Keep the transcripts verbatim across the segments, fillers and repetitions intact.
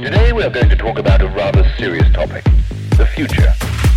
Today we are going to talk about a rather serious topic, the future.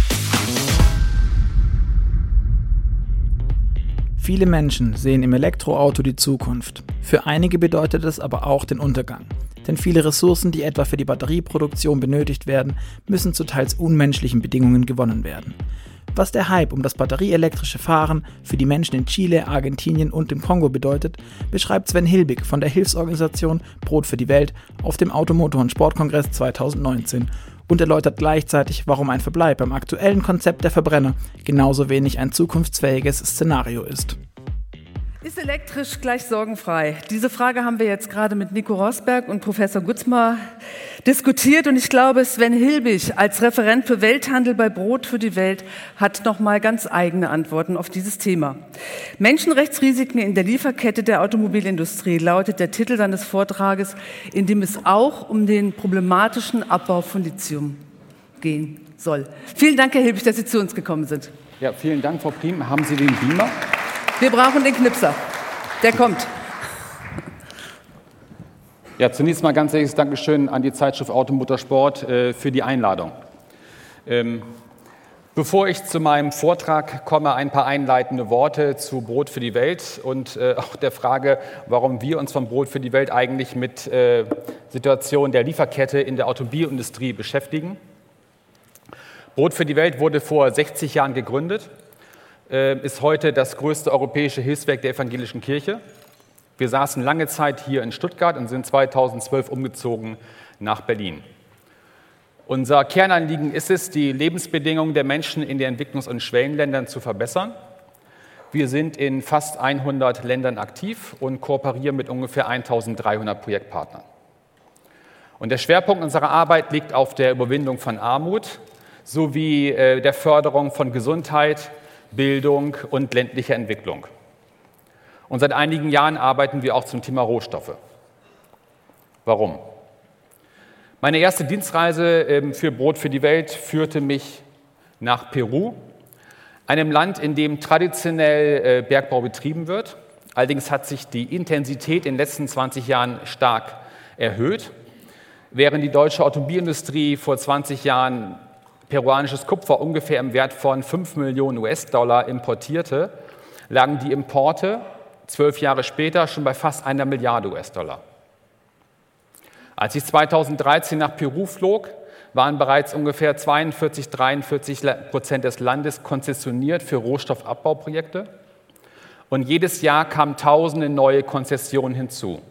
Viele Menschen sehen im Elektroauto die Zukunft. Für einige bedeutet es aber auch den Untergang. Denn viele Ressourcen, die etwa für die Batterieproduktion benötigt werden, müssen zu teils unmenschlichen Bedingungen gewonnen werden. Was der Hype um das batterieelektrische Fahren für die Menschen in Chile, Argentinien und dem Kongo bedeutet, beschreibt Sven Hilbig von der Hilfsorganisation Brot für die Welt auf dem Automotor- und Sportkongress zweitausendneunzehn und erläutert gleichzeitig, warum ein Verbleib beim aktuellen Konzept der Verbrenner genauso wenig ein zukunftsfähiges Szenario ist. Ist elektrisch gleich sorgenfrei? Diese Frage haben wir jetzt gerade mit Nico Rosberg und Professor Gutzma diskutiert und ich glaube, Sven Hilbig als Referent für Welthandel bei Brot für die Welt hat nochmal ganz eigene Antworten auf dieses Thema. Menschenrechtsrisiken in der Lieferkette der Automobilindustrie lautet der Titel seines Vortrages, in dem es auch um den problematischen Abbau von Lithium gehen soll. Vielen Dank, Herr Hilbig, dass Sie zu uns gekommen sind. Ja, vielen Dank, Frau Priem. Haben Sie den Beamer? Wir brauchen den Knipser. Der kommt. Ja, zunächst mal ganz herzliches Dankeschön an die Zeitschrift Automotorsport äh, für die Einladung. Ähm, bevor ich zu meinem Vortrag komme, ein paar einleitende Worte zu Brot für die Welt und äh, auch der Frage, warum wir uns von Brot für die Welt eigentlich mit äh, Situation der Lieferkette in der Automobilindustrie beschäftigen. Brot für die Welt wurde vor sechzig Jahren gegründet, ist heute das größte europäische Hilfswerk der evangelischen Kirche. Wir saßen lange Zeit hier in Stuttgart und sind zweitausendzwölf umgezogen nach Berlin. Unser Kernanliegen ist es, die Lebensbedingungen der Menschen in den Entwicklungs- und Schwellenländern zu verbessern. Wir sind in fast hundert Ländern aktiv und kooperieren mit ungefähr eintausenddreihundert Projektpartnern. Und der Schwerpunkt unserer Arbeit liegt auf der Überwindung von Armut sowie der Förderung von Gesundheit, Bildung und ländlicher Entwicklung. Und seit einigen Jahren arbeiten wir auch zum Thema Rohstoffe. Warum? Meine erste Dienstreise für Brot für die Welt führte mich nach Peru, einem Land, in dem traditionell Bergbau betrieben wird. Allerdings hat sich die Intensität in den letzten zwanzig Jahren stark erhöht. Während die deutsche Automobilindustrie vor zwanzig Jahren peruanisches Kupfer ungefähr im Wert von fünf Millionen U S-Dollar importierte, lagen die Importe zwölf Jahre später schon bei fast einer Milliarde U S-Dollar. Als ich zweitausenddreizehn nach Peru flog, waren bereits ungefähr zweiundvierzig, dreiundvierzig Prozent des Landes konzessioniert für Rohstoffabbauprojekte und jedes Jahr kamen tausende neue Konzessionen hinzu.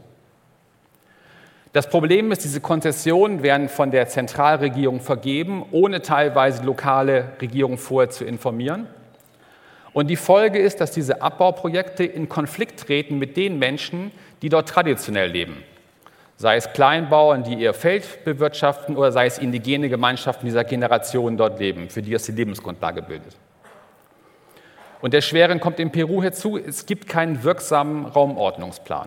Das Problem ist, diese Konzessionen werden von der Zentralregierung vergeben, ohne teilweise lokale Regierungen vorher zu informieren. Und die Folge ist, dass diese Abbauprojekte in Konflikt treten mit den Menschen, die dort traditionell leben. Sei es Kleinbauern, die ihr Feld bewirtschaften, oder sei es indigene Gemeinschaften dieser Generation dort leben, für die es die Lebensgrundlage bildet. Und der Schweren kommt in Peru hinzu, es gibt keinen wirksamen Raumordnungsplan.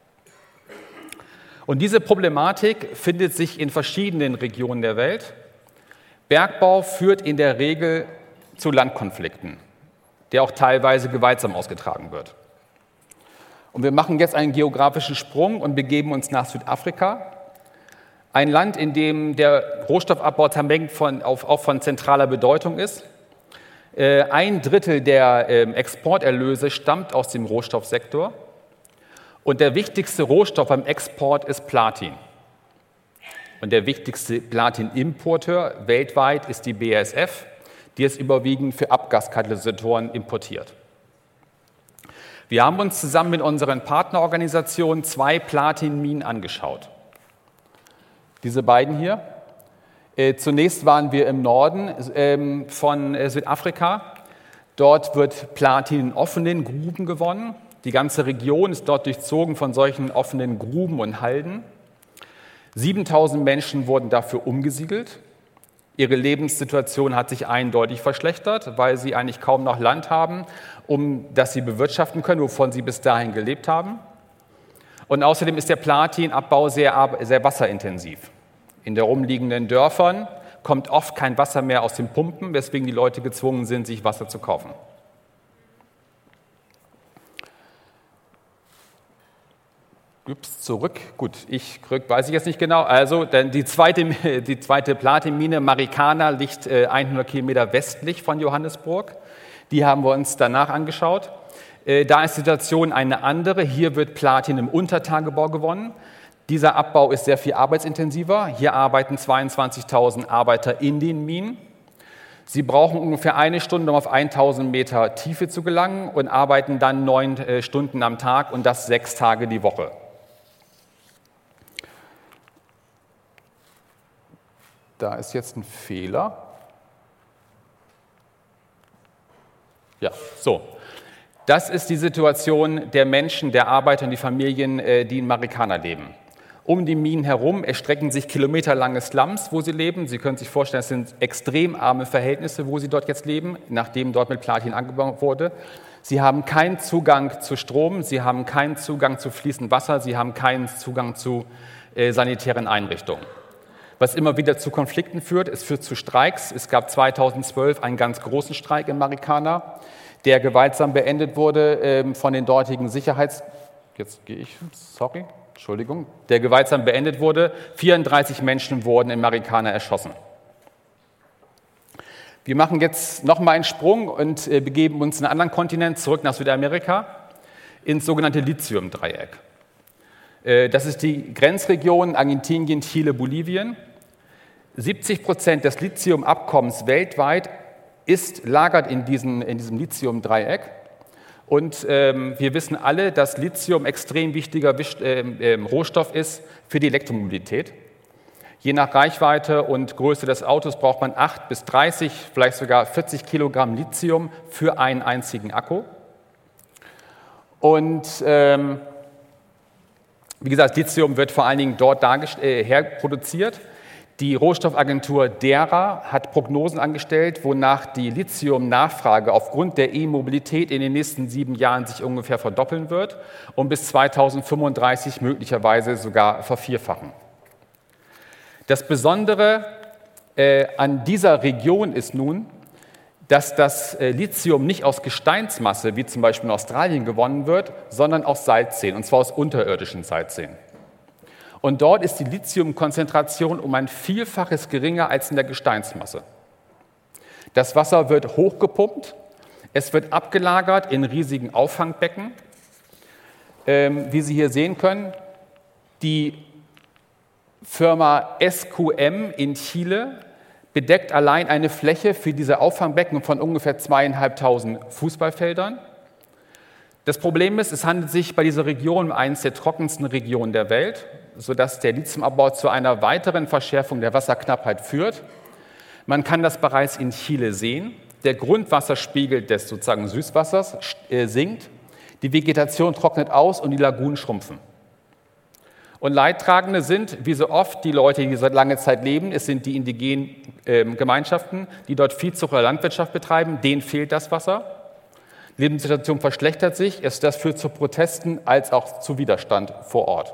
Und diese Problematik findet sich in verschiedenen Regionen der Welt. Bergbau führt in der Regel zu Landkonflikten, der auch teilweise gewaltsam ausgetragen wird. Und wir machen jetzt einen geografischen Sprung und begeben uns nach Südafrika, ein Land, in dem der Rohstoffabbau von, auf, auch von zentraler Bedeutung ist. Ein Drittel der Exporterlöse stammt aus dem Rohstoffsektor. Und der wichtigste Rohstoff beim Export ist Platin. Und der wichtigste Platinimporteur weltweit ist die B A S F, die es überwiegend für Abgaskatalysatoren importiert. Wir haben uns zusammen mit unseren Partnerorganisationen zwei Platinminen angeschaut. Diese beiden hier. Zunächst waren wir im Norden von Südafrika. Dort wird Platin in offenen Gruben gewonnen. Die ganze Region ist dort durchzogen von solchen offenen Gruben und Halden. siebentausend Menschen wurden dafür umgesiedelt. Ihre Lebenssituation hat sich eindeutig verschlechtert, weil sie eigentlich kaum noch Land haben, um das sie bewirtschaften können, wovon sie bis dahin gelebt haben. Und außerdem ist der Platinabbau sehr, sehr wasserintensiv. In den umliegenden Dörfern kommt oft kein Wasser mehr aus den Pumpen, weswegen die Leute gezwungen sind, sich Wasser zu kaufen. Ups, zurück. Gut, ich weiß ich jetzt nicht genau. Also denn die zweite, die zweite Platinmine Marikana liegt äh, hundert Kilometer westlich von Johannesburg. Die haben wir uns danach angeschaut. Äh, da ist die Situation eine andere. Hier wird Platin im Untertagebau gewonnen. Dieser Abbau ist sehr viel arbeitsintensiver. Hier arbeiten zweiundzwanzigtausend Arbeiter in den Minen. Sie brauchen ungefähr eine Stunde, um auf tausend Meter Tiefe zu gelangen und arbeiten dann neun äh, Stunden am Tag und das sechs Tage die Woche. Da ist jetzt ein Fehler. Ja, so. Das ist die Situation der Menschen, der Arbeiter und die Familien, die in Marikana leben. Um die Minen herum erstrecken sich kilometerlange Slums, wo sie leben. Sie können sich vorstellen, es sind extrem arme Verhältnisse, wo sie dort jetzt leben, nachdem dort mit Platin angebaut wurde. Sie haben keinen Zugang zu Strom, sie haben keinen Zugang zu fließendem Wasser, sie haben keinen Zugang zu äh, sanitären Einrichtungen. Was immer wieder zu Konflikten führt. Es führt zu Streiks. Es gab zweitausendzwölf einen ganz großen Streik in Marikana, der gewaltsam beendet wurde ähm, von den dortigen Sicherheits... Jetzt gehe ich, sorry, Entschuldigung. Der gewaltsam beendet wurde. vierunddreißig Menschen wurden in Marikana erschossen. Wir machen jetzt nochmal einen Sprung und äh, begeben uns in einen anderen Kontinent, zurück nach Südamerika, ins sogenannte Lithium-Dreieck. Äh, das ist die Grenzregion Argentinien, Chile, Bolivien. siebzig Prozent des Lithiumabkommens weltweit ist lagert in, diesen, in diesem Lithium-Dreieck. Und ähm, wir wissen alle, dass Lithium extrem wichtiger äh, äh, Rohstoff ist für die Elektromobilität. Je nach Reichweite und Größe des Autos braucht man acht bis dreißig, vielleicht sogar vierzig Kilogramm Lithium für einen einzigen Akku. Und ähm, wie gesagt, Lithium wird vor allen Dingen dort äh, herproduziert. Die Rohstoffagentur DERA hat Prognosen angestellt, wonach die Lithium-Nachfrage aufgrund der E-Mobilität in den nächsten sieben Jahren sich ungefähr verdoppeln wird und bis zweitausendfünfunddreißig möglicherweise sogar vervierfachen. Das Besondere äh, an dieser Region ist nun, dass das äh, Lithium nicht aus Gesteinsmasse, wie zum Beispiel in Australien, gewonnen wird, sondern aus Salzseen, und zwar aus unterirdischen Salzseen. Und dort ist die Lithiumkonzentration um ein Vielfaches geringer als in der Gesteinsmasse. Das Wasser wird hochgepumpt, es wird abgelagert in riesigen Auffangbecken. Ähm, wie Sie hier sehen können, die Firma S Q M in Chile bedeckt allein eine Fläche für diese Auffangbecken von ungefähr zweieinhalbtausend Fußballfeldern. Das Problem ist, es handelt sich bei dieser Region um eines der trockensten Regionen der Welt, sodass der Lithiumabbau zu einer weiteren Verschärfung der Wasserknappheit führt. Man kann das bereits in Chile sehen. Der Grundwasserspiegel des sozusagen Süßwassers sinkt, die Vegetation trocknet aus und die Lagunen schrumpfen. Und Leidtragende sind, wie so oft, die Leute, die seit langer Zeit leben. Es sind die indigenen äh, Gemeinschaften, die dort Viehzucht oder Landwirtschaft betreiben. Denen fehlt das Wasser. Die Lebenssituation verschlechtert sich. Das führt zu Protesten als auch zu Widerstand vor Ort.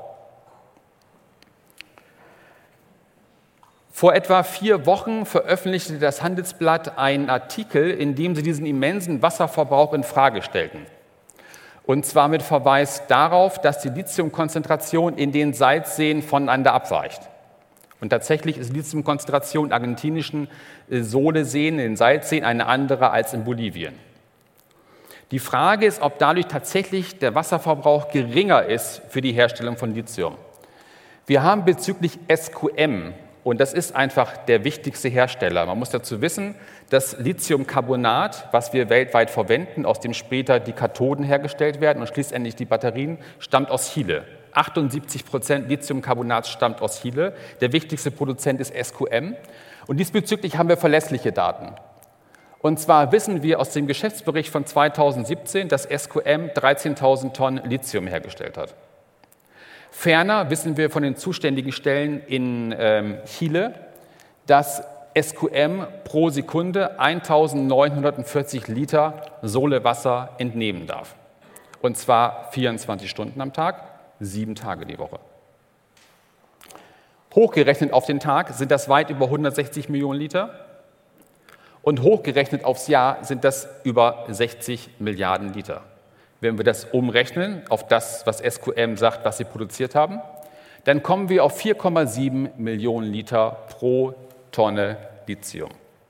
Vor etwa vier Wochen veröffentlichte das Handelsblatt einen Artikel, in dem sie diesen immensen Wasserverbrauch in Frage stellten. Und zwar mit Verweis darauf, dass die Lithiumkonzentration in den Salzseen voneinander abweicht. Und tatsächlich ist die Lithiumkonzentration in argentinischen Soleseen, in den Salzseen, eine andere als in Bolivien. Die Frage ist, ob dadurch tatsächlich der Wasserverbrauch geringer ist für die Herstellung von Lithium. Wir haben bezüglich S Q M, und das ist einfach der wichtigste Hersteller. Man muss dazu wissen, das Lithiumcarbonat, was wir weltweit verwenden, aus dem später die Kathoden hergestellt werden und schließlich die Batterien, stammt aus Chile. achtundsiebzig Prozent Lithiumcarbonat stammt aus Chile. Der wichtigste Produzent ist S Q M. Und diesbezüglich haben wir verlässliche Daten. Und zwar wissen wir aus dem Geschäftsbericht von zweitausendsiebzehn, dass S Q M dreizehntausend Tonnen Lithium hergestellt hat. Ferner wissen wir von den zuständigen Stellen in ähm, Chile, dass S Q M pro Sekunde eintausendneunhundertvierzig Liter Solewasser entnehmen darf. Und zwar vierundzwanzig Stunden am Tag, sieben Tage die Woche. Hochgerechnet auf den Tag sind das weit über hundertsechzig Millionen Liter. Und hochgerechnet aufs Jahr sind das über sechzig Milliarden Liter. wenn wir das umrechnen auf das, was S Q M sagt, was sie produziert haben, dann kommen wir auf vier Komma sieben Millionen Liter pro Tonne Lithium.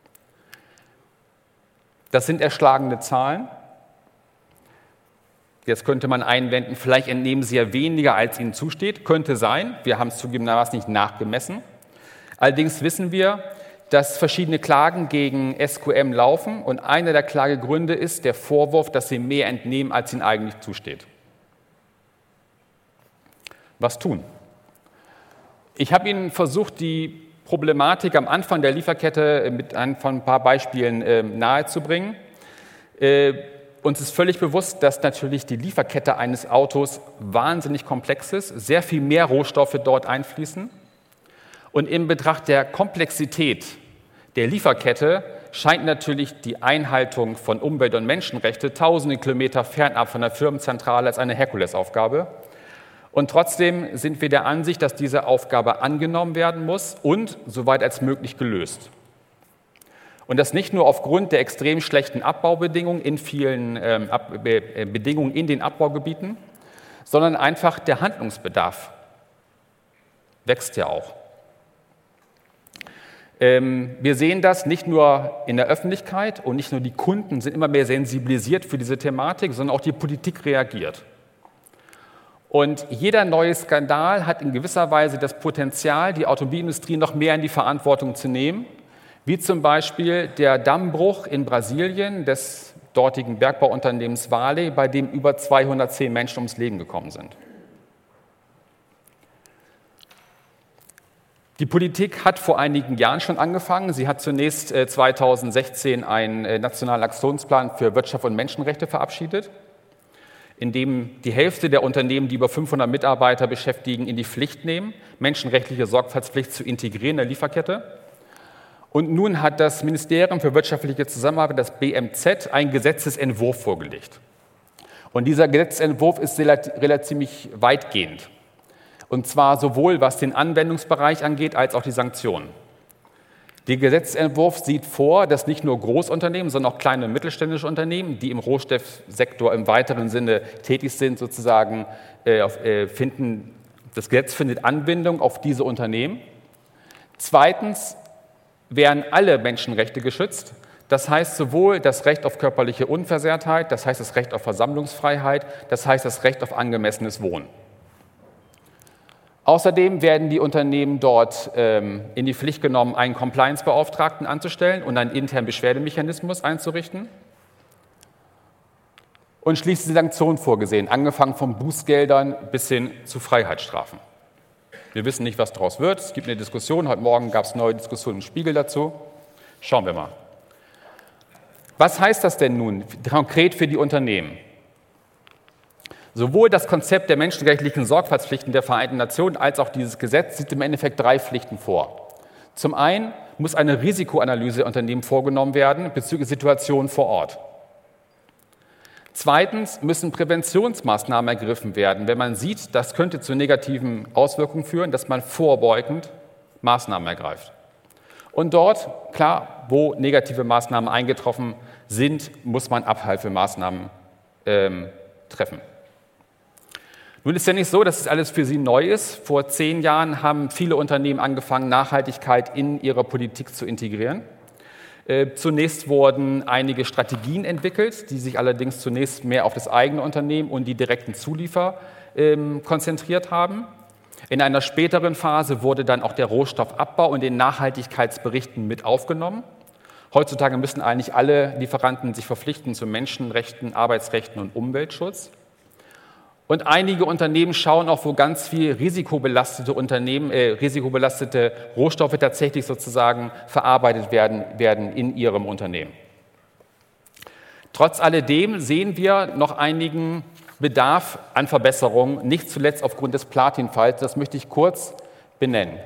Das sind erschlagende Zahlen. Jetzt könnte man einwenden, vielleicht entnehmen sie ja weniger, als ihnen zusteht. Könnte sein. Wir haben es zugegebenermaßen nicht nachgemessen. Allerdings wissen wir, dass verschiedene Klagen gegen S Q M laufen. Und einer der Klagegründe ist der Vorwurf, dass sie mehr entnehmen, als ihnen eigentlich zusteht. Was tun? Ich habe Ihnen versucht, die Problematik am Anfang der Lieferkette mit ein, von ein paar Beispielen äh, nahezubringen. Äh, Uns ist völlig bewusst, dass natürlich die Lieferkette eines Autos wahnsinnig komplex ist, sehr viel mehr Rohstoffe dort einfließen. Und in Betracht der Komplexität der Lieferkette scheint natürlich die Einhaltung von Umwelt- und Menschenrechte tausende Kilometer fernab von der Firmenzentrale als eine Herkulesaufgabe. Und trotzdem sind wir der Ansicht, dass diese Aufgabe angenommen werden muss und soweit als möglich gelöst. Und das nicht nur aufgrund der extrem schlechten Abbaubedingungen in vielen ähm, Ab- Be- Bedingungen in den Abbaugebieten, sondern einfach der Handlungsbedarf wächst ja auch. Ähm, wir sehen das nicht nur in der Öffentlichkeit und nicht nur die Kunden sind immer mehr sensibilisiert für diese Thematik, sondern auch die Politik reagiert. Und jeder neue Skandal hat in gewisser Weise das Potenzial, die Automobilindustrie noch mehr in die Verantwortung zu nehmen, wie zum Beispiel der Dammbruch in Brasilien des dortigen Bergbauunternehmens Vale, bei dem über zweihundertzehn Menschen ums Leben gekommen sind. Die Politik hat vor einigen Jahren schon angefangen. Sie hat zunächst zweitausendsechzehn einen Nationalen Aktionsplan für Wirtschaft und Menschenrechte verabschiedet, in dem die Hälfte der Unternehmen, die über fünfhundert Mitarbeiter beschäftigen, in die Pflicht nehmen, menschenrechtliche Sorgfaltspflicht zu integrieren in der Lieferkette. Und nun hat das Ministerium für wirtschaftliche Zusammenarbeit, das B M Z, einen Gesetzesentwurf vorgelegt. Und dieser Gesetzesentwurf ist relativ ziemlich weitgehend. Und zwar sowohl was den Anwendungsbereich angeht, als auch die Sanktionen. Der Gesetzesentwurf sieht vor, dass nicht nur Großunternehmen, sondern auch kleine und mittelständische Unternehmen, die im Rohstoffsektor im weiteren Sinne tätig sind, sozusagen äh, auf, äh, finden, das Gesetz findet Anwendung auf diese Unternehmen. Zweitens werden alle Menschenrechte geschützt. Das heißt sowohl das Recht auf körperliche Unversehrtheit, das heißt das Recht auf Versammlungsfreiheit, das heißt das Recht auf angemessenes Wohnen. Außerdem werden die Unternehmen dort ähm, in die Pflicht genommen, einen Compliance-Beauftragten anzustellen und einen internen Beschwerdemechanismus einzurichten. Und schließlich sind Sanktionen vorgesehen, angefangen von Bußgeldern bis hin zu Freiheitsstrafen. Wir wissen nicht, was daraus wird. Es gibt eine Diskussion. Heute Morgen gab es neue Diskussionen im Spiegel dazu. Schauen wir mal. Was heißt das denn nun konkret für die Unternehmen? Sowohl das Konzept der menschenrechtlichen Sorgfaltspflichten der Vereinten Nationen als auch dieses Gesetz sieht im Endeffekt drei Pflichten vor. Zum einen muss eine Risikoanalyse der Unternehmen vorgenommen werden bezüglich Situationen vor Ort. Zweitens müssen Präventionsmaßnahmen ergriffen werden, wenn man sieht, das könnte zu negativen Auswirkungen führen, dass man vorbeugend Maßnahmen ergreift. Und dort, klar, wo negative Maßnahmen eingetroffen sind, muss man Abhilfemaßnahmen ähm, treffen. Nun ist ja nicht so, dass es alles für Sie neu ist. Vor zehn Jahren haben viele Unternehmen angefangen, Nachhaltigkeit in ihre Politik zu integrieren. Äh, zunächst wurden einige Strategien entwickelt, die sich allerdings zunächst mehr auf das eigene Unternehmen und die direkten Zulieferer äh, konzentriert haben. In einer späteren Phase wurde dann auch der Rohstoffabbau in den Nachhaltigkeitsberichten mit aufgenommen. Heutzutage müssen eigentlich alle Lieferanten sich verpflichten zu Menschenrechten, Arbeitsrechten und Umweltschutz. Und einige Unternehmen schauen auch, wo ganz viel risikobelastete Unternehmen, äh, risikobelastete Rohstoffe tatsächlich sozusagen verarbeitet werden, werden in ihrem Unternehmen. Trotz alledem sehen wir noch einigen Bedarf an Verbesserungen, nicht zuletzt aufgrund des Platinfalls. Das möchte ich kurz benennen.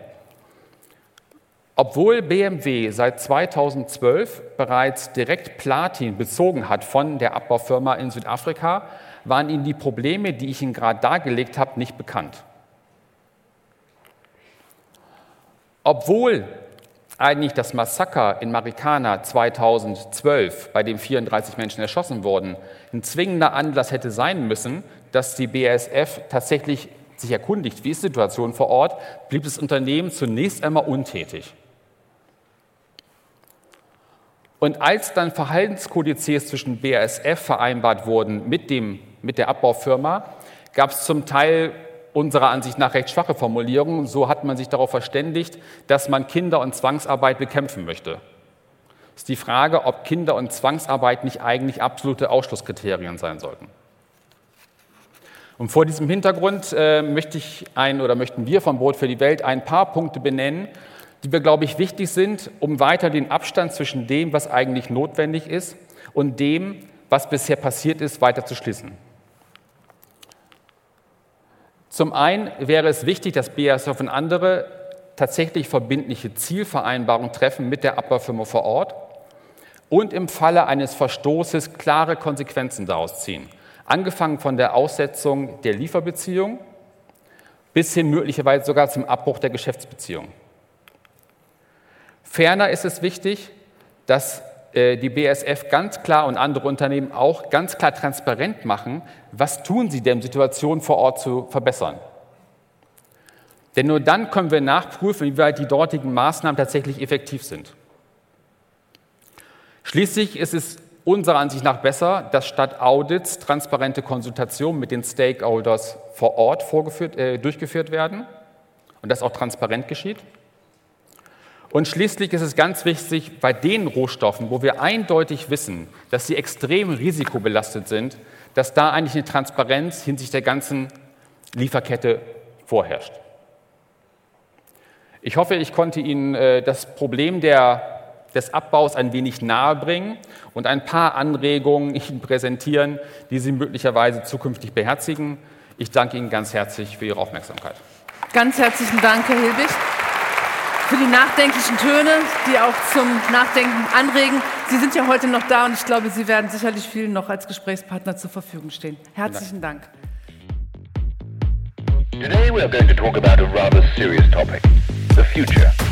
Obwohl B M W seit zweitausendzwölf bereits direkt Platin bezogen hat von der Abbaufirma in Südafrika, waren Ihnen die Probleme, die ich Ihnen gerade dargelegt habe, nicht bekannt. Obwohl eigentlich das Massaker in Marikana zweitausendzwölf, bei dem vierunddreißig Menschen erschossen wurden, ein zwingender Anlass hätte sein müssen, dass die B A S F tatsächlich sich erkundigt, wie ist die Situation vor Ort, blieb das Unternehmen zunächst einmal untätig. Und als dann Verhaltenskodizes zwischen B A S F vereinbart wurden mit, dem, mit der Abbaufirma, gab es zum Teil unserer Ansicht nach recht schwache Formulierungen. So hat man sich darauf verständigt, dass man Kinder- und Zwangsarbeit bekämpfen möchte. Es ist die Frage, ob Kinder- und Zwangsarbeit nicht eigentlich absolute Ausschlusskriterien sein sollten. Und vor diesem Hintergrund äh, möchte ich ein, oder möchten wir vom Brot für die Welt ein paar Punkte benennen, die wir, glaube ich, wichtig sind, um weiter den Abstand zwischen dem, was eigentlich notwendig ist, und dem, was bisher passiert ist, weiter zu schließen. Zum einen wäre es wichtig, dass B A S F und andere tatsächlich verbindliche Zielvereinbarungen treffen mit der Abbaufirma vor Ort und im Falle eines Verstoßes klare Konsequenzen daraus ziehen. Angefangen von der Aussetzung der Lieferbeziehung bis hin möglicherweise sogar zum Abbruch der Geschäftsbeziehung. Ferner ist es wichtig, dass äh, die B A S F ganz klar und andere Unternehmen auch ganz klar transparent machen, was tun sie denn, Situationen vor Ort zu verbessern. Denn nur dann können wir nachprüfen, wie weit die dortigen Maßnahmen tatsächlich effektiv sind. Schließlich ist es unserer Ansicht nach besser, dass statt Audits transparente Konsultationen mit den Stakeholders vor Ort vorgeführt, äh, durchgeführt werden und das auch transparent geschieht. Und schließlich ist es ganz wichtig, bei den Rohstoffen, wo wir eindeutig wissen, dass sie extrem risikobelastet sind, dass da eigentlich eine Transparenz hinsichtlich der ganzen Lieferkette vorherrscht. Ich hoffe, ich konnte Ihnen äh, das Problem der des Abbaus ein wenig nahebringen und ein paar Anregungen Ihnen präsentieren, die Sie möglicherweise zukünftig beherzigen. Ich danke Ihnen ganz herzlich für Ihre Aufmerksamkeit. Ganz herzlichen Dank, Herr Hilbig, für die nachdenklichen Töne, die auch zum Nachdenken anregen. Sie sind ja heute noch da und ich glaube, Sie werden sicherlich vielen noch als Gesprächspartner zur Verfügung stehen. Herzlichen Dank. Today we are going to talk about a rather serious topic, the future.